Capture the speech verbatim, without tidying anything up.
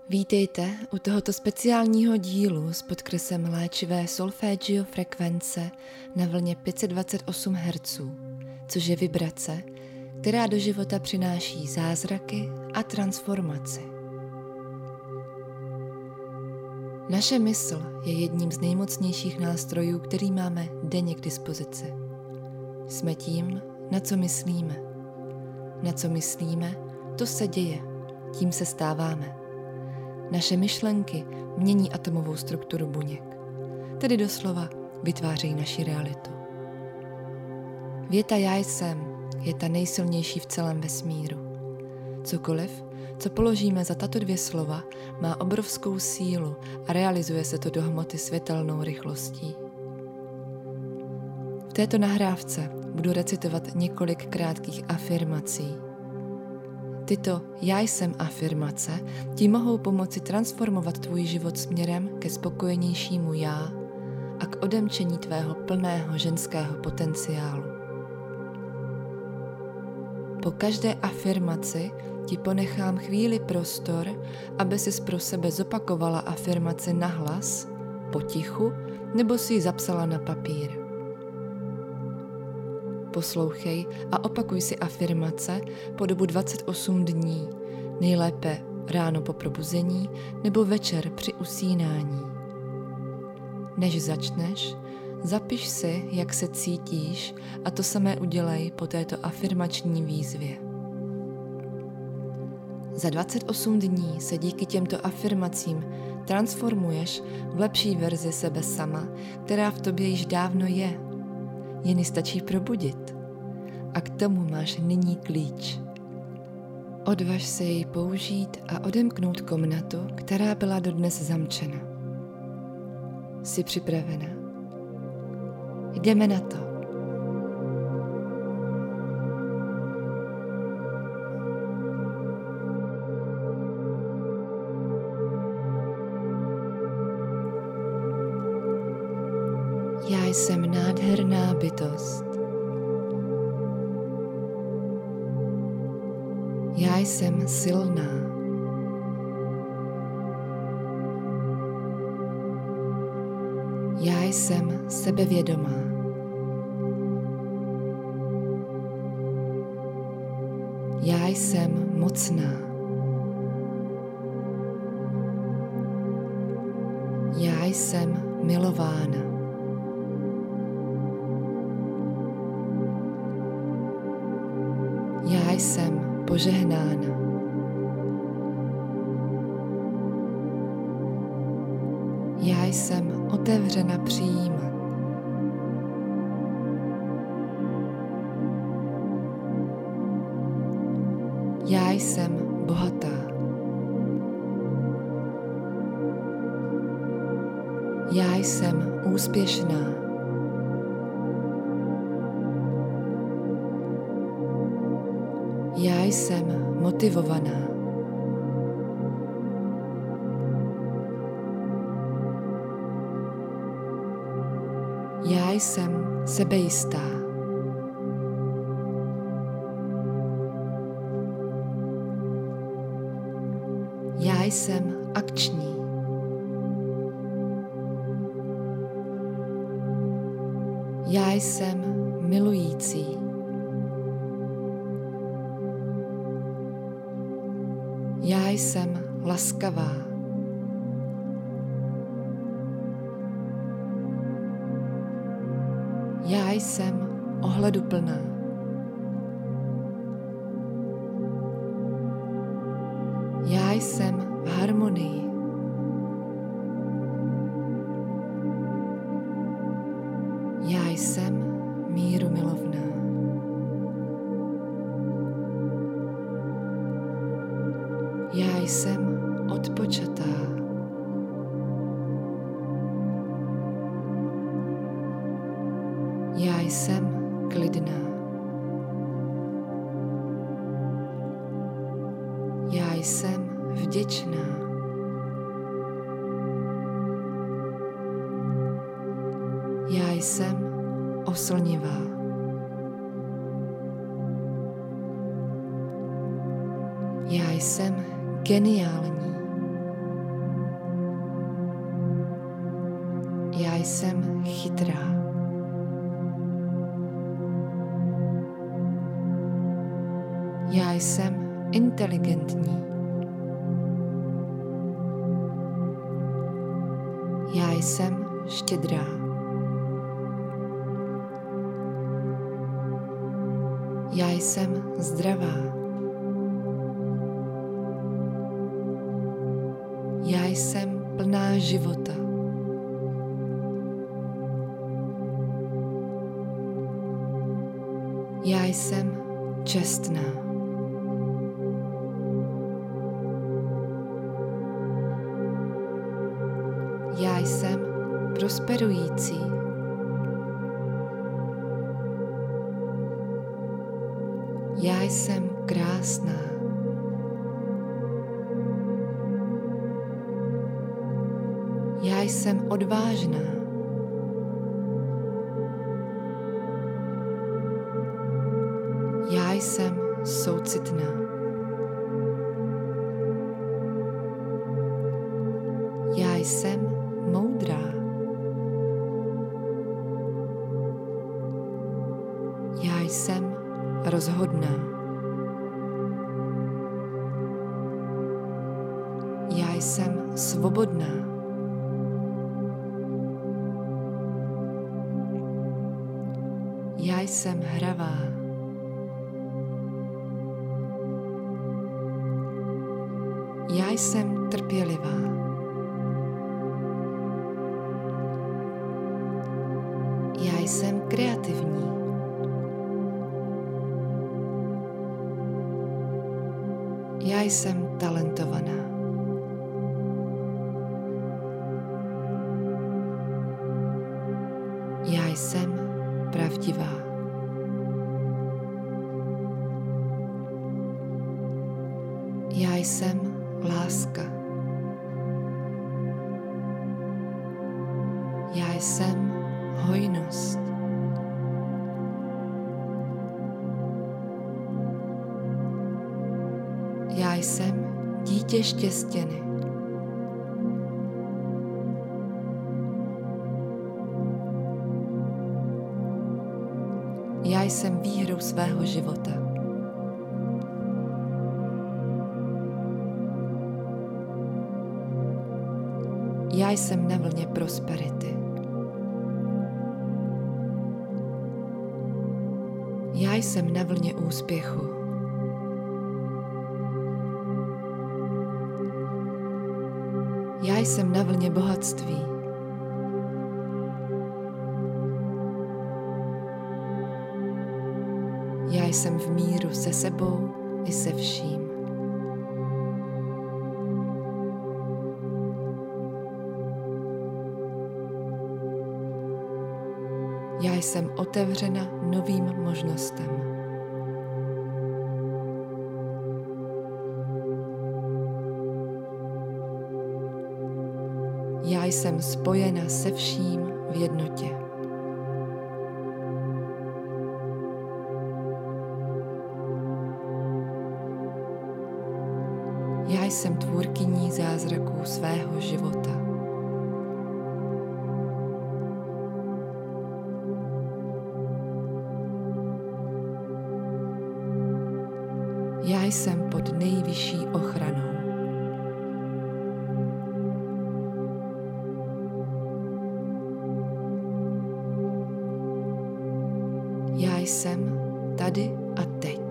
Vítejte u tohoto speciálního dílu s podkresem léčivé solfeggio frekvence na vlně pět set dvacet osm hertzů, což je vibrace, která do života přináší zázraky a transformaci. Naše mysl je jedním z nejmocnějších nástrojů, který máme denně k dispozici. Jsme tím, na co myslíme. Na co myslíme, to se děje, tím se stáváme. Naše myšlenky mění atomovou strukturu buněk, tedy doslova vytvářejí naši realitu. Věta já jsem je ta nejsilnější v celém vesmíru. Cokoliv, co položíme za tato dvě slova, má obrovskou sílu a realizuje se to do hmoty světelnou rychlostí. V této nahrávce budu recitovat několik krátkých afirmací. Tyto já jsem afirmace ti mohou pomoci transformovat tvůj život směrem ke spokojenějšímu já a k odemčení tvého plného ženského potenciálu. Po každé afirmaci ti ponechám chvíli prostor, aby sis pro sebe zopakovala afirmaci nahlas, potichu, nebo si ji zapsala na papír. Poslouchej a opakuj si afirmace po dobu dvacet osm dní, nejlépe ráno po probuzení nebo večer při usínání. Než začneš, zapiš si, jak se cítíš, a to samé udělej po této afirmační výzvě. Za dvacet osm dní se díky těmto afirmacím transformuješ v lepší verzi sebe sama, která v tobě již dávno je. Jen ji stačí probudit. A k tomu máš nyní klíč. Odvaž se jej použít a odemknout komnatu, která byla dodnes zamčena. Jsi připravena? Jdeme na to. Já jsem nádherná bytost. Já jsem silná. Já jsem sebevědomá. Já jsem mocná. Já jsem milována. Já jsem požehnána. Já jsem otevřena přijímat. Já jsem bohatá. Já jsem úspěšná. Já jsem motivovaná. Já jsem sebejistá. Já jsem akční. Já jsem milující. Já jsem laskavá. Já jsem ohleduplná. Já jsem v harmonii. Já jsem mírumilovná. Já jsem odpočatá. Já jsem klidná. Já jsem vděčná. Já jsem oslnivá. Já jsem geniální. Já jsem chytrá. Já jsem inteligentní. Já jsem štědrá. Já jsem zdravá. Já jsem plná života. Já jsem čestná. Já jsem prosperující. Já jsem krásná. Já jsem odvážná. Já jsem soucitná. Já jsem moudrá. Já jsem rozhodná. Já jsem svobodná. Já jsem hravá. Já jsem trpělivá. Já jsem kreativní. Já jsem talentovaná. Já jsem pravdivá. Já jsem láska. Já jsem hojnost. Já jsem dítě štěstěny. Já jsem výhrou svého života. Já jsem na vlně prosperity. Já jsem na vlně úspěchu. Já jsem na vlně bohatství. Já jsem v míru se sebou i se vším. Já jsem otevřena novým možnostem. Já jsem spojena se vším v jednotě. Já jsem tvůrkyní zázraků svého života. Já jsem pod nejvyšší ochranou. Já jsem tady a teď.